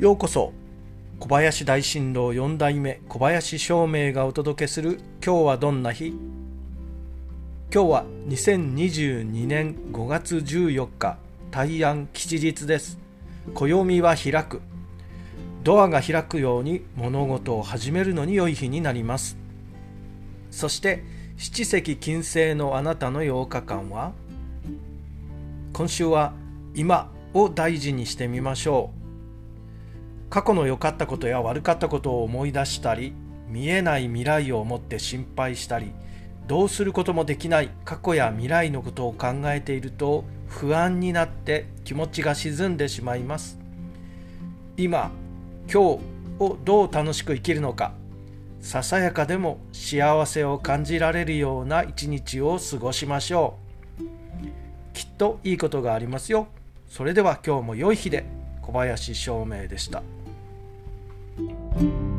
ようこそ。小林大震動4代目小林照明がお届けする今日はどんな日。今日は2022年5月14日大安吉日です。暦は開く。ドアが開くように物事を始めるのに良い日になります。そして七石金星のあなたの8日間は、今週は今を大事にしてみましょう。過去の良かったことや悪かったことを思い出したり、見えない未来を思って心配したり、どうすることもできない過去や未来のことを考えていると不安になって気持ちが沈んでしまいます。今、今日をどう楽しく生きるのか、ささやかでも幸せを感じられるような一日を過ごしましょう。きっといいことがありますよ。それでは今日も良い日で。小林照明でした。